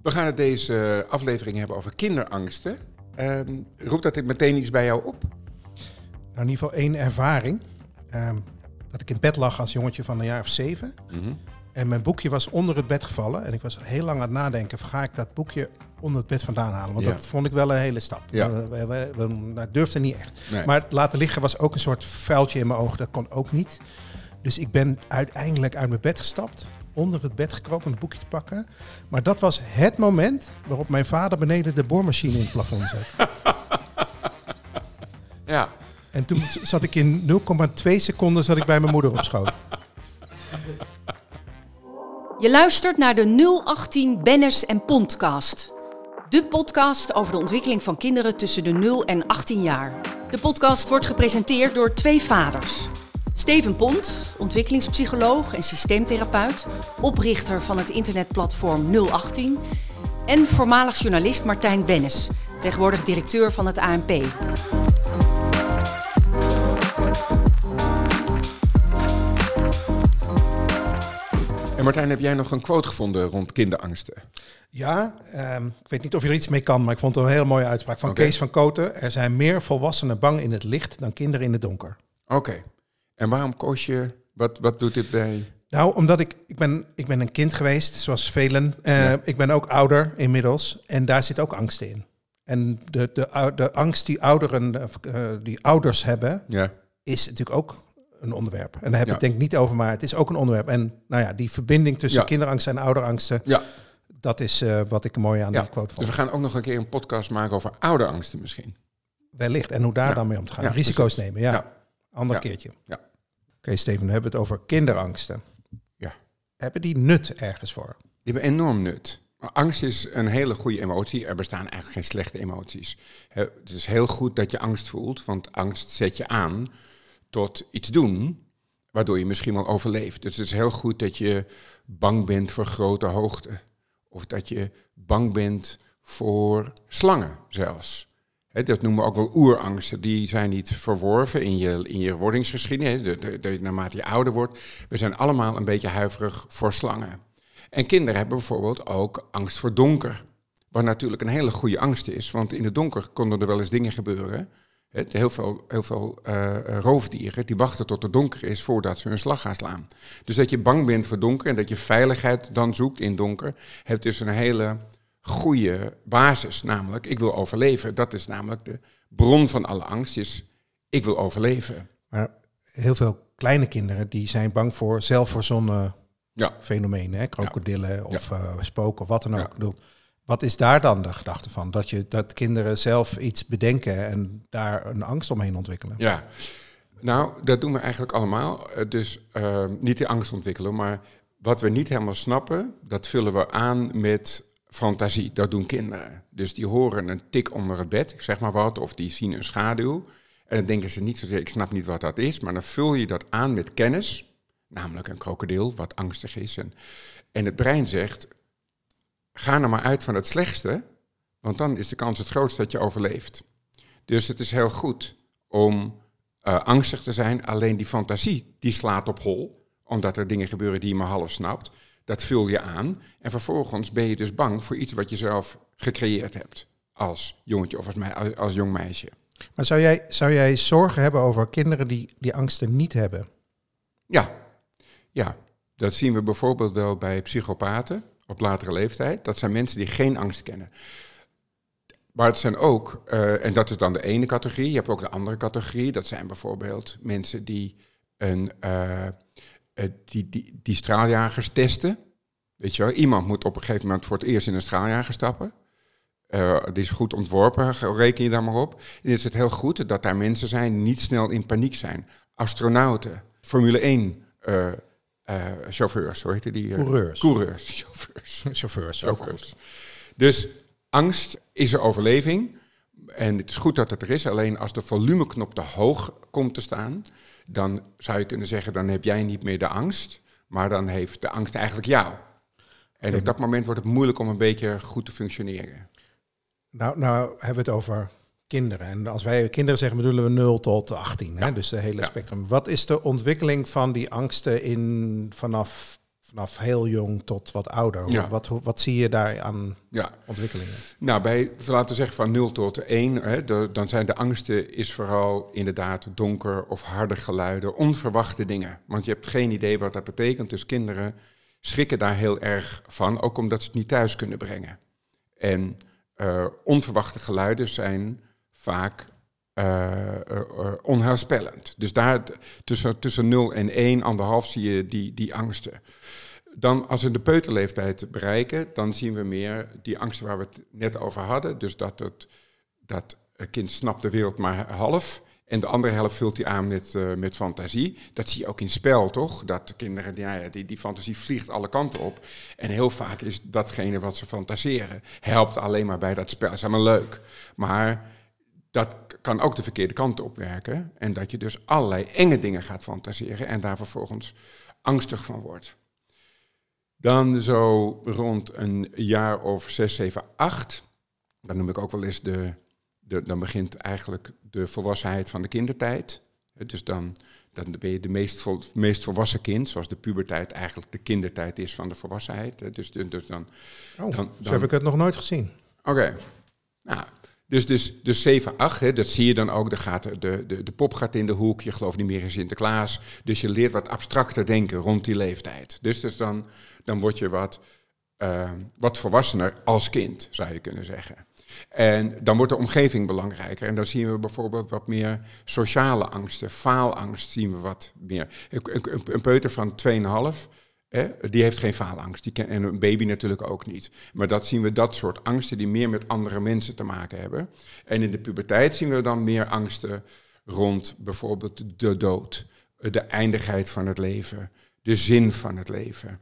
We gaan het deze aflevering hebben over kinderangsten. Roept dat meteen iets bij jou op? Nou, in ieder geval 1 ervaring. Dat ik in bed lag als jongetje van een jaar of 7. Mm-hmm. En mijn boekje was onder het bed gevallen. En ik was heel lang aan het nadenken. Ga ik dat boekje onder het bed vandaan halen? Want dat vond ik wel een hele stap. Ja. Dat durfde niet echt. Nee. Maar het laten liggen was ook een soort vuiltje in mijn ogen. Dat kon ook niet. Dus ik ben uiteindelijk uit mijn bed gestapt. Onder het bed gekropen om het boekje te pakken. Maar dat was het moment waarop mijn vader beneden de boormachine in het plafond zet. Ja. En toen zat ik in 0,2 seconden zat ik bij mijn moeder op schoot. Je luistert naar de 018 Bennis en Pontcast. De podcast over de ontwikkeling van kinderen tussen de 0 en 18 jaar. De podcast wordt gepresenteerd door 2 vaders. Steven Pont, ontwikkelingspsycholoog en systeemtherapeut, oprichter van het internetplatform 018. En voormalig journalist Martijn Bennis, tegenwoordig directeur van het ANP. En Martijn, heb jij nog een quote gevonden rond kinderangsten? Ja, ik weet niet of je er iets mee kan, maar ik vond het een hele mooie uitspraak van Kees van Koten. Er zijn meer volwassenen bang in het licht dan kinderen in het donker. Oké. En waarom koos je, wat doet dit bij? Nou, omdat ik ben een kind geweest, zoals velen. Ik ben ook ouder inmiddels en daar zit ook angst in. En de angst die ouders hebben, is natuurlijk ook een onderwerp. En daar heb ik het denk ik niet over, maar het is ook een onderwerp. En nou ja, die verbinding tussen kinderangsten en ouderangsten, dat is wat ik mooi aan die quote vond. Dus we gaan ook nog een keer een podcast maken over ouderangsten misschien. Wellicht, en hoe daar dan mee om te gaan. Ja, risico's nemen, ander keertje. Ja. Oké, Steven, we hebben het over kinderangsten. Ja. Hebben die nut ergens voor? Die hebben enorm nut. Maar angst is een hele goede emotie. Er bestaan eigenlijk geen slechte emoties. Het is heel goed dat je angst voelt, want angst zet je aan tot iets doen, waardoor je misschien wel overleeft. Dus het is heel goed dat je bang bent voor grote hoogte. Of dat je bang bent voor slangen zelfs. Dat noemen we ook wel oerangsten. Die zijn niet verworven in je wordingsgeschiedenis. Naarmate je ouder wordt. We zijn allemaal een beetje huiverig voor slangen. En kinderen hebben bijvoorbeeld ook angst voor donker. Wat natuurlijk een hele goede angst is. Want in het donker konden er wel eens dingen gebeuren. Heel veel roofdieren die wachten tot het donker is voordat ze hun slag gaan slaan. Dus dat je bang bent voor donker en dat je veiligheid dan zoekt in donker, heeft dus een hele goede basis. Namelijk, ik wil overleven. Dat is namelijk de bron van alle angst, is ik wil overleven. Maar heel veel kleine kinderen die zijn bang voor zelfverzonnen fenomenen. Hè? Krokodillen of spoken of wat dan ook. Ja. Wat is daar dan de gedachte van? Dat kinderen zelf iets bedenken en daar een angst omheen ontwikkelen? Ja, nou, dat doen we eigenlijk allemaal. Dus niet de angst ontwikkelen, maar wat we niet helemaal snappen, dat vullen we aan met fantasie. Dat doen kinderen. Dus die horen een tik onder het bed, ik zeg maar wat, of die zien een schaduw. En dan denken ze niet zozeer, ik snap niet wat dat is, maar dan vul je dat aan met kennis, namelijk een krokodil, wat angstig is. En het brein zegt, ga nou maar uit van het slechtste, want dan is de kans het grootst dat je overleeft. Dus het is heel goed om angstig te zijn, alleen die fantasie, die slaat op hol, omdat er dingen gebeuren die je maar half snapt. Dat vul je aan en vervolgens ben je dus bang voor iets wat je zelf gecreëerd hebt, als jongetje of als jong meisje. Maar zou jij zorgen hebben over kinderen die angsten niet hebben? Ja, dat zien we bijvoorbeeld wel bij psychopaten op latere leeftijd. Dat zijn mensen die geen angst kennen. Maar het zijn ook, en dat is dan de ene categorie, je hebt ook de andere categorie. Dat zijn bijvoorbeeld mensen die die straaljagers testen. Weet je wel, iemand moet op een gegeven moment voor het eerst in een straaljager stappen. Die is goed ontworpen, reken je daar maar op. En is het heel goed dat daar mensen zijn die niet snel in paniek zijn. Astronauten, Formule 1 chauffeurs, hoe heet die? Coureurs. Chauffeurs. Dus angst is een overleving. En het is goed dat het er is. Alleen als de volumeknop te hoog komt te staan, dan zou je kunnen zeggen, dan heb jij niet meer de angst. Maar dan heeft de angst eigenlijk jou. En op dat moment wordt het moeilijk om een beetje goed te functioneren. Nou hebben we het over kinderen. En als wij kinderen zeggen, bedoelen we 0 tot 18. Hè? Dus de hele spectrum. Wat is de ontwikkeling van die angsten vanaf vanaf heel jong tot wat ouder. Ja. Wat zie je daar aan Ja. ontwikkelingen? Nou, laten we zeggen van 0 tot 1, dan zijn de angsten is vooral inderdaad donker of harde geluiden, onverwachte dingen. Want je hebt geen idee wat dat betekent, dus kinderen schrikken daar heel erg van, ook omdat ze het niet thuis kunnen brengen. En onverwachte geluiden zijn vaak onheilspellend. Dus daar tussen 0 en 1,5 zie je die angsten. Dan als we de peuterleeftijd bereiken, dan zien we meer die angsten waar we het net over hadden. Dus dat het kind snapt de wereld maar half. En de andere helft vult hij aan met fantasie. Dat zie je ook in spel, toch? Dat de kinderen, die fantasie vliegt alle kanten op. En heel vaak is datgene wat ze fantaseren, helpt alleen maar bij dat spel. Dat is allemaal leuk. Maar dat kan ook de verkeerde kant op werken. En dat je dus allerlei enge dingen gaat fantaseren en daar vervolgens angstig van wordt. Dan zo rond een jaar of 6, 7, 8... dan noem ik ook wel eens dan begint eigenlijk de volwassenheid van de kindertijd. Dus dan ben je de meest volwassen kind, zoals de puberteit eigenlijk de kindertijd is van de volwassenheid. Dus dan Zo heb ik het nog nooit gezien. Oké. Nou, dus 7, 8, dat zie je dan ook. De pop gaat in de hoek, je gelooft niet meer in Sinterklaas. Dus je leert wat abstracter denken rond die leeftijd. Dus dan word je wat volwassener als kind, zou je kunnen zeggen. En dan wordt de omgeving belangrijker. En dan zien we bijvoorbeeld wat meer sociale angsten. Faalangst zien we wat meer. Een peuter van 2,5, die heeft geen faalangst. En een baby natuurlijk ook niet. Maar dat soort angsten die meer met andere mensen te maken hebben. En in de puberteit zien we dan meer angsten rond bijvoorbeeld de dood. De eindigheid van het leven. De zin van het leven.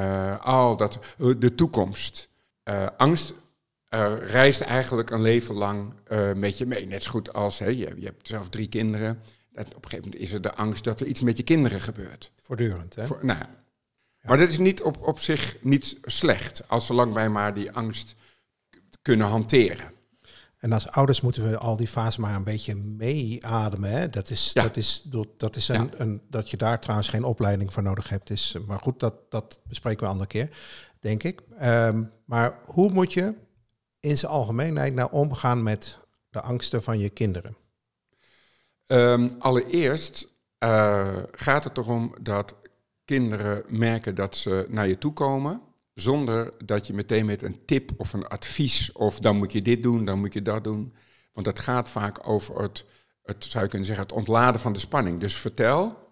De toekomst. Angst reist eigenlijk een leven lang met je mee. Net zo goed als, je hebt zelf 3 kinderen. Op een gegeven moment is er de angst dat er iets met je kinderen gebeurt. Voortdurend, hè? Ja. Maar dat is niet op zich niet slecht, zolang wij maar die angst kunnen hanteren. En als ouders moeten we al die fase maar een beetje meeademen. Hè? Dat is dat je daar trouwens geen opleiding voor nodig hebt. Maar goed, dat bespreken we een andere keer, denk ik. Maar hoe moet je in zijn algemeenheid nou omgaan met de angsten van je kinderen? Allereerst gaat het erom dat kinderen merken dat ze naar je toe komen, zonder dat je meteen met een tip of een advies, of dan moet je dit doen, dan moet je dat doen. Want dat gaat vaak over het zou je kunnen zeggen, het ontladen van de spanning. Dus vertel.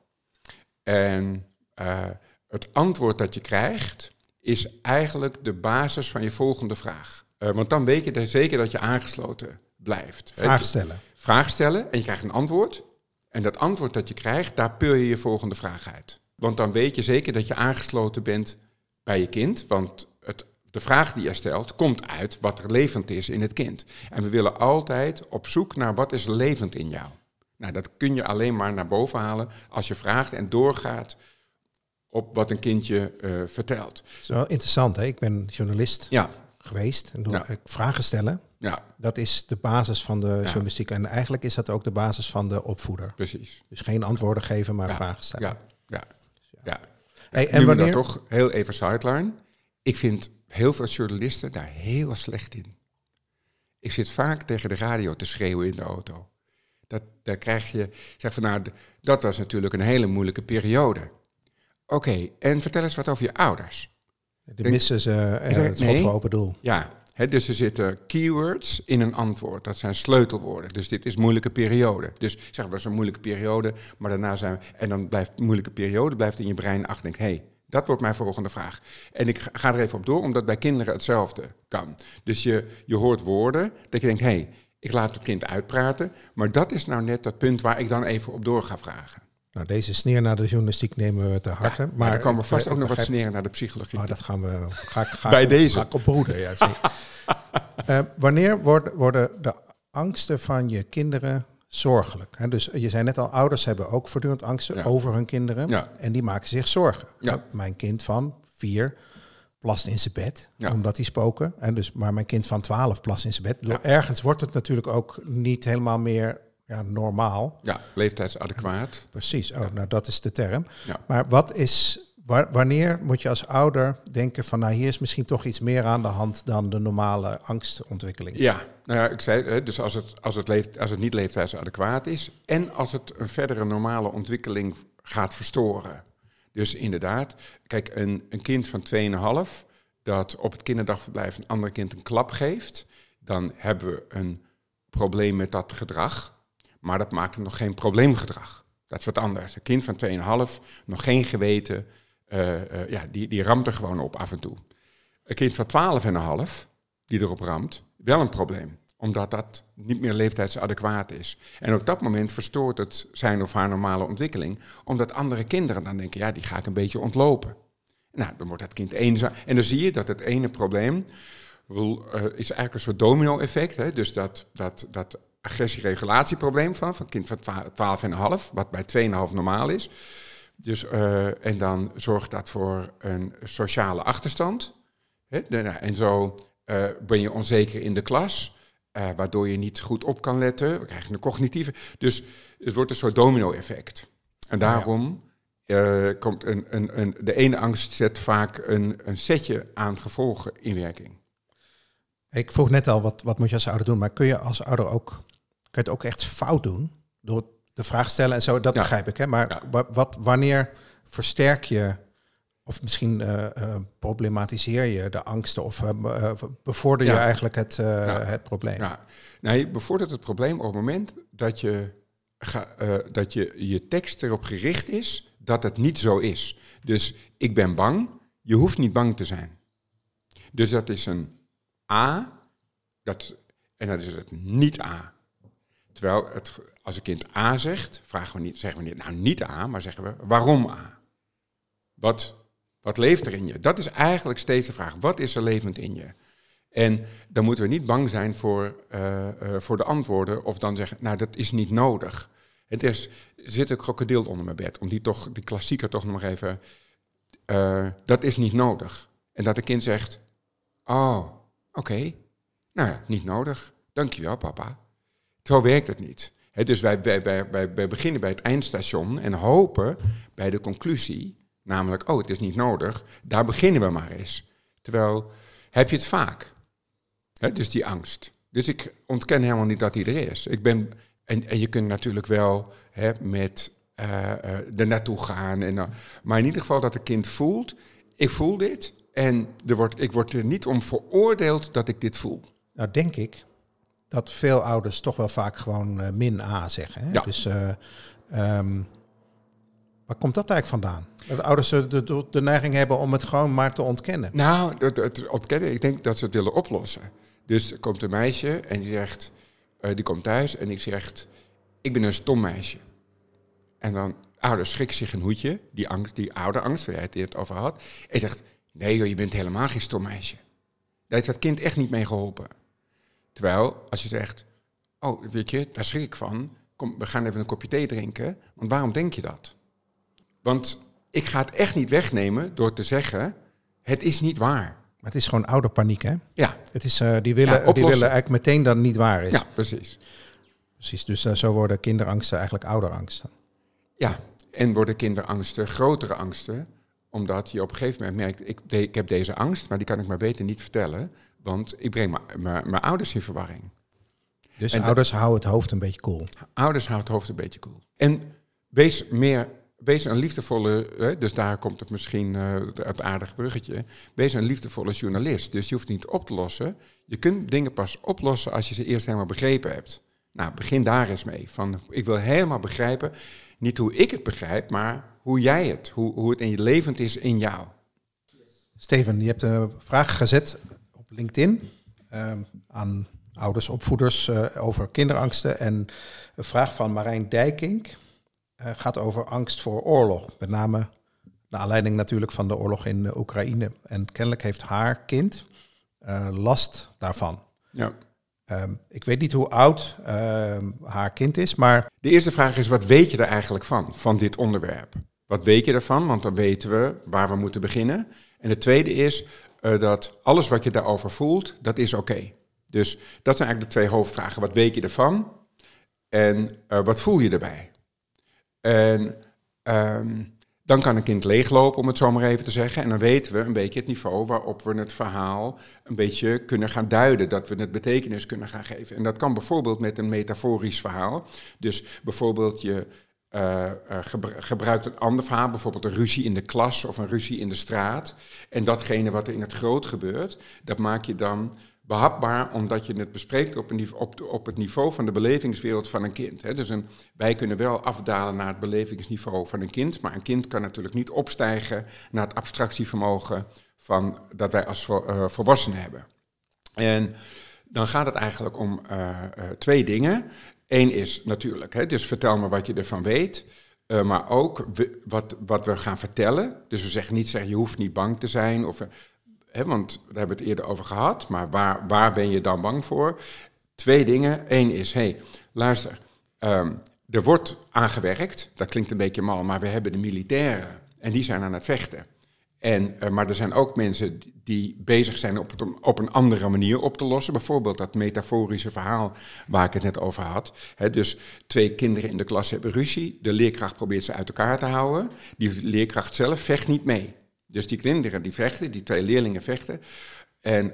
En het antwoord dat je krijgt is eigenlijk de basis van je volgende vraag. Want dan weet je zeker dat je aangesloten blijft. Vraag stellen en je krijgt een antwoord. En dat antwoord dat je krijgt, daar peur je volgende vraag uit. Want dan weet je zeker dat je aangesloten bent bij je kind. Want de vraag die je stelt komt uit wat er levend is in het kind. En we willen altijd op zoek naar wat is levend in jou. Nou, dat kun je alleen maar naar boven halen als je vraagt en doorgaat op wat een kindje vertelt. Dat is wel interessant, hè? Ik ben journalist geweest en vragen stellen. Ja. Dat is de basis van de journalistiek. En eigenlijk is dat ook de basis van de opvoeder. Precies. Dus geen antwoorden geven, maar vragen stellen. Ja. Hey, en wanneer... dan toch heel even sideline. Ik vind heel veel journalisten daar heel slecht in. Ik zit vaak tegen de radio te schreeuwen in de auto. Daar krijg je... Zeg van, dat was natuurlijk een hele moeilijke periode. Oké, en vertel eens wat over je ouders. Missen ze het schot voor open doel. Ja, dus er zitten keywords in een antwoord. Dat zijn sleutelwoorden. Dus dit is een moeilijke periode. Dus zeg, dat is een moeilijke periode, maar daarna zijn we... En dan blijft de moeilijke periode blijft in je brein achter. Denk, dat wordt mijn volgende vraag. En ik ga er even op door, omdat bij kinderen hetzelfde kan. Dus je hoort woorden, dat je denkt, ik laat het kind uitpraten. Maar dat is nou net dat punt waar ik dan even op door ga vragen. Nou, deze sneer naar de journalistiek nemen we te harte. Ja, maar er komen vast ook nog wat sneren naar de psychologie. Oh, dat gaan we... Ga ik op broeden, ja. Wanneer worden de angsten van je kinderen zorgelijk? Dus je zei net al, ouders hebben ook voortdurend angsten over hun kinderen. Ja. En die maken zich zorgen. Ja. Mijn kind van 4 plast in zijn bed, omdat hij spoken. Maar mijn kind van 12 plast in zijn bed. Ergens wordt het natuurlijk ook niet helemaal meer... normaal. Ja, leeftijdsadequaat. Precies, nou dat is de term. Ja. Maar wat Wanneer moet je als ouder denken van, nou, hier is misschien toch iets meer aan de hand dan de normale angstontwikkeling? Ja, nou ja, ik zei, dus als het niet leeftijdsadequaat is en als het een verdere normale ontwikkeling gaat verstoren. Dus inderdaad, kijk, een kind van 2,5 dat op het kinderdagverblijf een ander kind een klap geeft, dan hebben we een probleem met dat gedrag, maar dat maakt het nog geen probleemgedrag. Dat is wat anders. Een kind van 2,5, nog geen geweten, die ramt er gewoon op af en toe. Een kind van 12,5, die erop ramt, wel een probleem. Omdat dat niet meer leeftijdsadequaat is. En op dat moment verstoort het zijn of haar normale ontwikkeling. Omdat andere kinderen dan denken, ja, die ga ik een beetje ontlopen. Nou, dan wordt dat kind eenzaam. En dan zie je dat het ene probleem is eigenlijk een soort domino-effect. Hè? Dus dat agressieregulatieprobleem van kind van 12,5, wat bij 2,5 normaal is. Dus, en dan zorgt dat voor een sociale achterstand. Hè? En zo ben je onzeker in de klas, waardoor je niet goed op kan letten. We krijgen een cognitieve. Dus het wordt een soort domino-effect. En daarom komt de ene angst zet vaak een setje aan gevolgen in werking. Ik vroeg net al, wat moet je als ouder doen? Maar kun je als ouder ook, kun je het ook echt fout doen? Door de vraag stellen en zo, dat begrijp ik. Hè? Maar wanneer versterk je, of misschien problematiseer je de angsten, of bevorder je eigenlijk het probleem? Ja. Nou, je bevordert het probleem op het moment dat je tekst erop gericht is dat het niet zo is. Dus ik ben bang, je hoeft niet bang te zijn. Dus dat is een A, en dat is het niet A. Terwijl als een kind A zegt, zeggen we niet, nou niet A, maar zeggen we waarom A? Wat leeft er in je? Dat is eigenlijk steeds de vraag. Wat is er levend in je? En dan moeten we niet bang zijn voor de antwoorden of dan zeggen, nou dat is niet nodig. Er zit een krokodil onder mijn bed, om die klassieker toch nog maar even, dat is niet nodig. En dat een kind zegt, oh, oké, nou ja, niet nodig. Dankjewel, papa. Zo werkt het niet. Dus wij beginnen bij het eindstation en hopen bij de conclusie, namelijk, het is niet nodig, daar beginnen we maar eens. Terwijl, heb je het vaak? Dus die angst. Dus ik ontken helemaal niet dat die er is. En je kunt natuurlijk wel met er naartoe gaan. Maar in ieder geval dat het kind voelt, ik voel dit en ik word er niet om veroordeeld dat ik dit voel. Nou, denk ik dat veel ouders toch wel vaak gewoon min A zeggen. Hè? Ja. Dus waar komt dat eigenlijk vandaan? Dat ouders de neiging hebben om het gewoon maar te ontkennen. Nou, het ontkennen, ik denk dat ze het willen oplossen. Dus er komt een meisje en die komt thuis en die zegt, ik ben een stom meisje. En dan, ouder schrikt zich een hoedje, die oude angst waar jij het over had. En zegt, nee joh, je bent helemaal geen stom meisje. Daar heeft dat kind echt niet mee geholpen. Terwijl, als je zegt, weet je, daar schrik ik van. Kom, we gaan even een kopje thee drinken. Want waarom denk je dat? Want ik ga het echt niet wegnemen door te zeggen, het is niet waar. Maar het is gewoon ouderpaniek, hè? Ja. Het is, die willen eigenlijk meteen dat het niet waar is. Ja, precies. Precies, dus zo worden kinderangsten eigenlijk ouderangsten. Ja, en worden kinderangsten grotere angsten, omdat je op een gegeven moment merkt, ik heb deze angst, maar die kan ik maar beter niet vertellen, want ik breng mijn ouders in verwarring. Dus en ouders houden het hoofd een beetje koel. Ouders houden het hoofd een beetje koel. En wees een liefdevolle, dus daar komt het misschien het aardige bruggetje, wees een liefdevolle journalist. Dus je hoeft niet op te lossen. Je kunt dingen pas oplossen als je ze eerst helemaal begrepen hebt. Nou, begin daar eens mee. Ik wil helemaal begrijpen, niet hoe ik het begrijp, maar hoe jij het, hoe het in je levend is in jou. Steven, je hebt een vraag gezet op LinkedIn aan ouders, opvoeders over kinderangsten. En een vraag van Marijn Dijkink gaat over angst voor oorlog. Met name naar aanleiding natuurlijk van de oorlog in Oekraïne. En kennelijk heeft haar kind last daarvan. Ja. Ik weet niet hoe oud haar kind is, maar... De eerste vraag is, wat weet je er eigenlijk van dit onderwerp? Wat weet je ervan? Want dan weten we waar we moeten beginnen. En de tweede is dat alles wat je daarover voelt, dat is oké. Dus dat zijn eigenlijk de twee hoofdvragen. Wat weet je ervan? En wat voel je erbij? En Dan kan een kind leeglopen, om het zo maar even te zeggen. En dan weten we een beetje het niveau waarop we het verhaal een beetje kunnen gaan duiden. Dat we het betekenis kunnen gaan geven. En dat kan bijvoorbeeld met een metaforisch verhaal. Dus bijvoorbeeld je gebruikt een ander verhaal. Bijvoorbeeld een ruzie in de klas of een ruzie in de straat. En datgene wat er in het groot gebeurt, dat maak je dan behapbaar, omdat je het bespreekt op het niveau van de belevingswereld van een kind. Hè. Dus wij kunnen wel afdalen naar het belevingsniveau van een kind, maar een kind kan natuurlijk niet opstijgen naar het abstractievermogen van dat wij als volwassenen hebben. En dan gaat het eigenlijk om 2 dingen. 1 is natuurlijk, hè, dus vertel me wat je ervan weet. Maar ook wat we gaan vertellen. Dus we zeggen niet, je hoeft niet bang te zijn, want daar hebben we het eerder over gehad, maar waar ben je dan bang voor? 2 dingen. 1 is, luister, er wordt aangewerkt, dat klinkt een beetje mal, maar we hebben de militairen en die zijn aan het vechten. Maar er zijn ook mensen die bezig zijn op een andere manier op te lossen. Bijvoorbeeld dat metaforische verhaal waar ik het net over had. Dus 2 kinderen in de klas hebben ruzie, de leerkracht probeert ze uit elkaar te houden, die leerkracht zelf vecht niet mee. Dus die kinderen die vechten, die 2 leerlingen vechten. En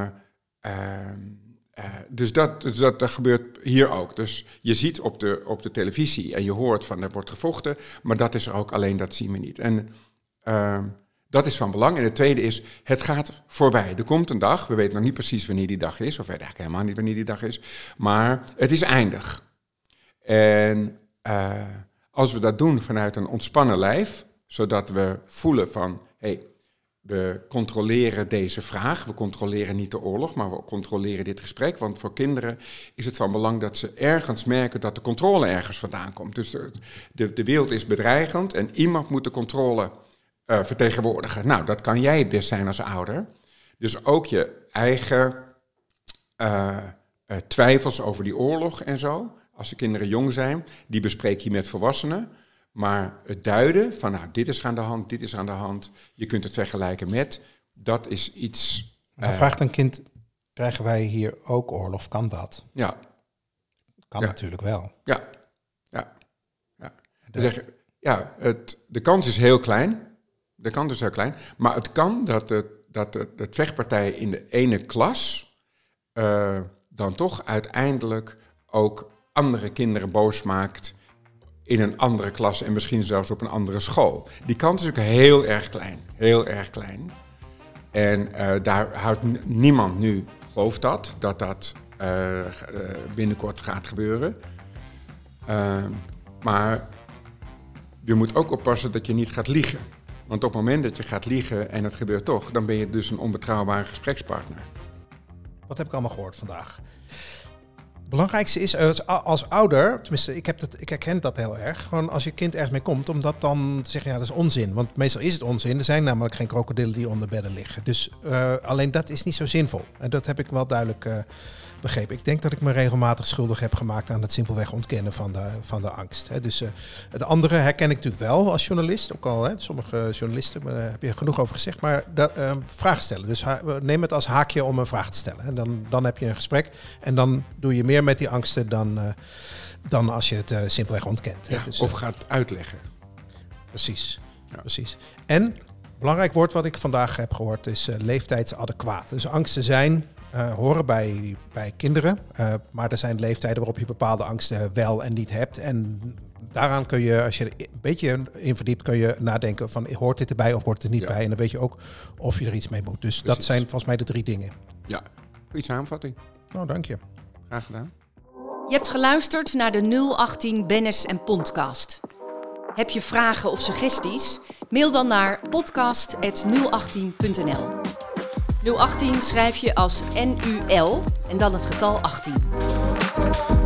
dus dat gebeurt hier ook. Dus je ziet op de televisie en je hoort van er wordt gevochten, maar dat is er ook, alleen dat zien we niet. En dat is van belang. En het tweede is, het gaat voorbij. Er komt een dag, we weten nog niet precies wanneer die dag is, of we weten eigenlijk helemaal niet wanneer die dag is, maar het is eindig. En als we dat doen vanuit een ontspannen lijf, zodat we voelen van, we controleren deze vraag, we controleren niet de oorlog, maar we controleren dit gesprek. Want voor kinderen is het van belang dat ze ergens merken dat de controle ergens vandaan komt. Dus de wereld is bedreigend en iemand moet de controle vertegenwoordigen. Nou, dat kan jij het best zijn als ouder. Dus ook je eigen twijfels over die oorlog en zo, als de kinderen jong zijn, die bespreek je met volwassenen. Maar het duiden van, dit is aan de hand, dit is aan de hand, je kunt het vergelijken met, dat is iets. Dan vraagt een kind, krijgen wij hier ook oorlog? Kan dat? Ja. Kan natuurlijk wel. Ja. De kans is heel klein. Maar het kan dat de vechtpartij in de ene klas dan toch uiteindelijk ook andere kinderen boos maakt in een andere klas en misschien zelfs op een andere school. Die kans is ook heel erg klein. Heel erg klein. En daar houdt niemand nu, gelooft dat binnenkort gaat gebeuren. Maar je moet ook oppassen dat je niet gaat liegen. Want op het moment dat je gaat liegen en het gebeurt toch, dan ben je dus een onbetrouwbare gesprekspartner. Wat heb ik allemaal gehoord vandaag? Het belangrijkste is als ouder, tenminste ik herken dat heel erg, gewoon als je kind ergens mee komt, om dat dan te zeggen, dat is onzin. Want meestal is het onzin, er zijn namelijk geen krokodillen die onder bedden liggen. Dus alleen dat is niet zo zinvol. En dat heb ik wel duidelijk begrepen. Ik denk dat ik me regelmatig schuldig heb gemaakt aan het simpelweg ontkennen van de angst. Hè. Dus het andere herken ik natuurlijk wel als journalist, ook al sommige journalisten, daar heb je genoeg over gezegd, maar vragen stellen. Dus neem het als haakje om een vraag te stellen. En dan heb je een gesprek en dan doe je meer met die angsten dan als je het simpelweg ontkent. Ja, hè. Dus, of gaat uitleggen. Precies. En belangrijk woord wat ik vandaag heb gehoord is leeftijdsadequaat. Dus angsten zijn, horen bij kinderen, maar er zijn leeftijden waarop je bepaalde angsten wel en niet hebt. En daaraan kun je, als je er een beetje in verdiept, kun je nadenken van, hoort dit erbij of hoort het niet bij? En dan weet je ook of je er iets mee moet. Dus precies. Dat zijn volgens mij de 3 dingen. Ja, goede samenvatting. Nou, dank je. Graag gedaan. Je hebt geluisterd naar de 018 Bennis en Podcast. Heb je vragen of suggesties? Mail dan naar podcast@018.nl. 018 schrijf je als NUL en dan het getal 18.